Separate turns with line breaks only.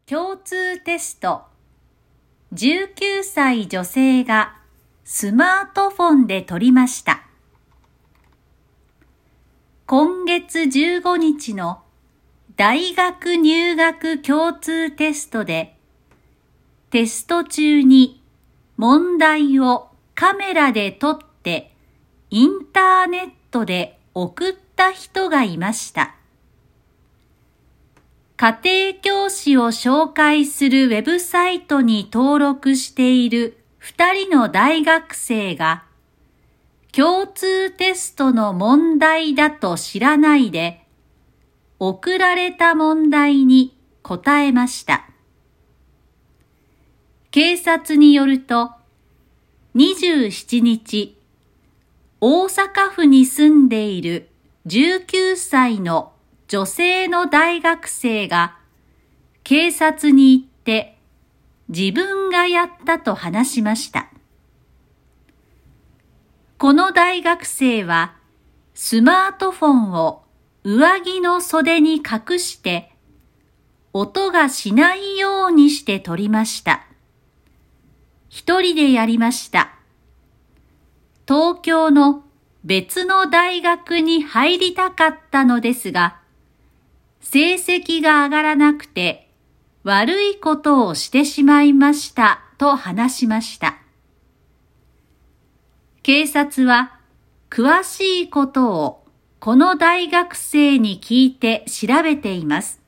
共通テスト。19歳女性がスマートフォンで取りました。今月15日の大学入学共通テストで、テスト中に問題をカメラで撮ってインターネットで送った人がいました。家庭教師を紹介するウェブサイトに登録している2人の大学生が、共通テストの問題だと知らないで、送られた問題に答えました。警察によると、27日、大阪府に住んでいる19歳の女性の大学生が警察に行って自分がやったと話しました。この大学生はスマートフォンを上着の袖に隠して音がしないようにして撮りました。一人でやりました。東京の別の大学に入りたかったのですが、成績が上がらなくて悪いことをしてしまいましたと話しました。警察は詳しいことをこの大学生に聞いて調べています。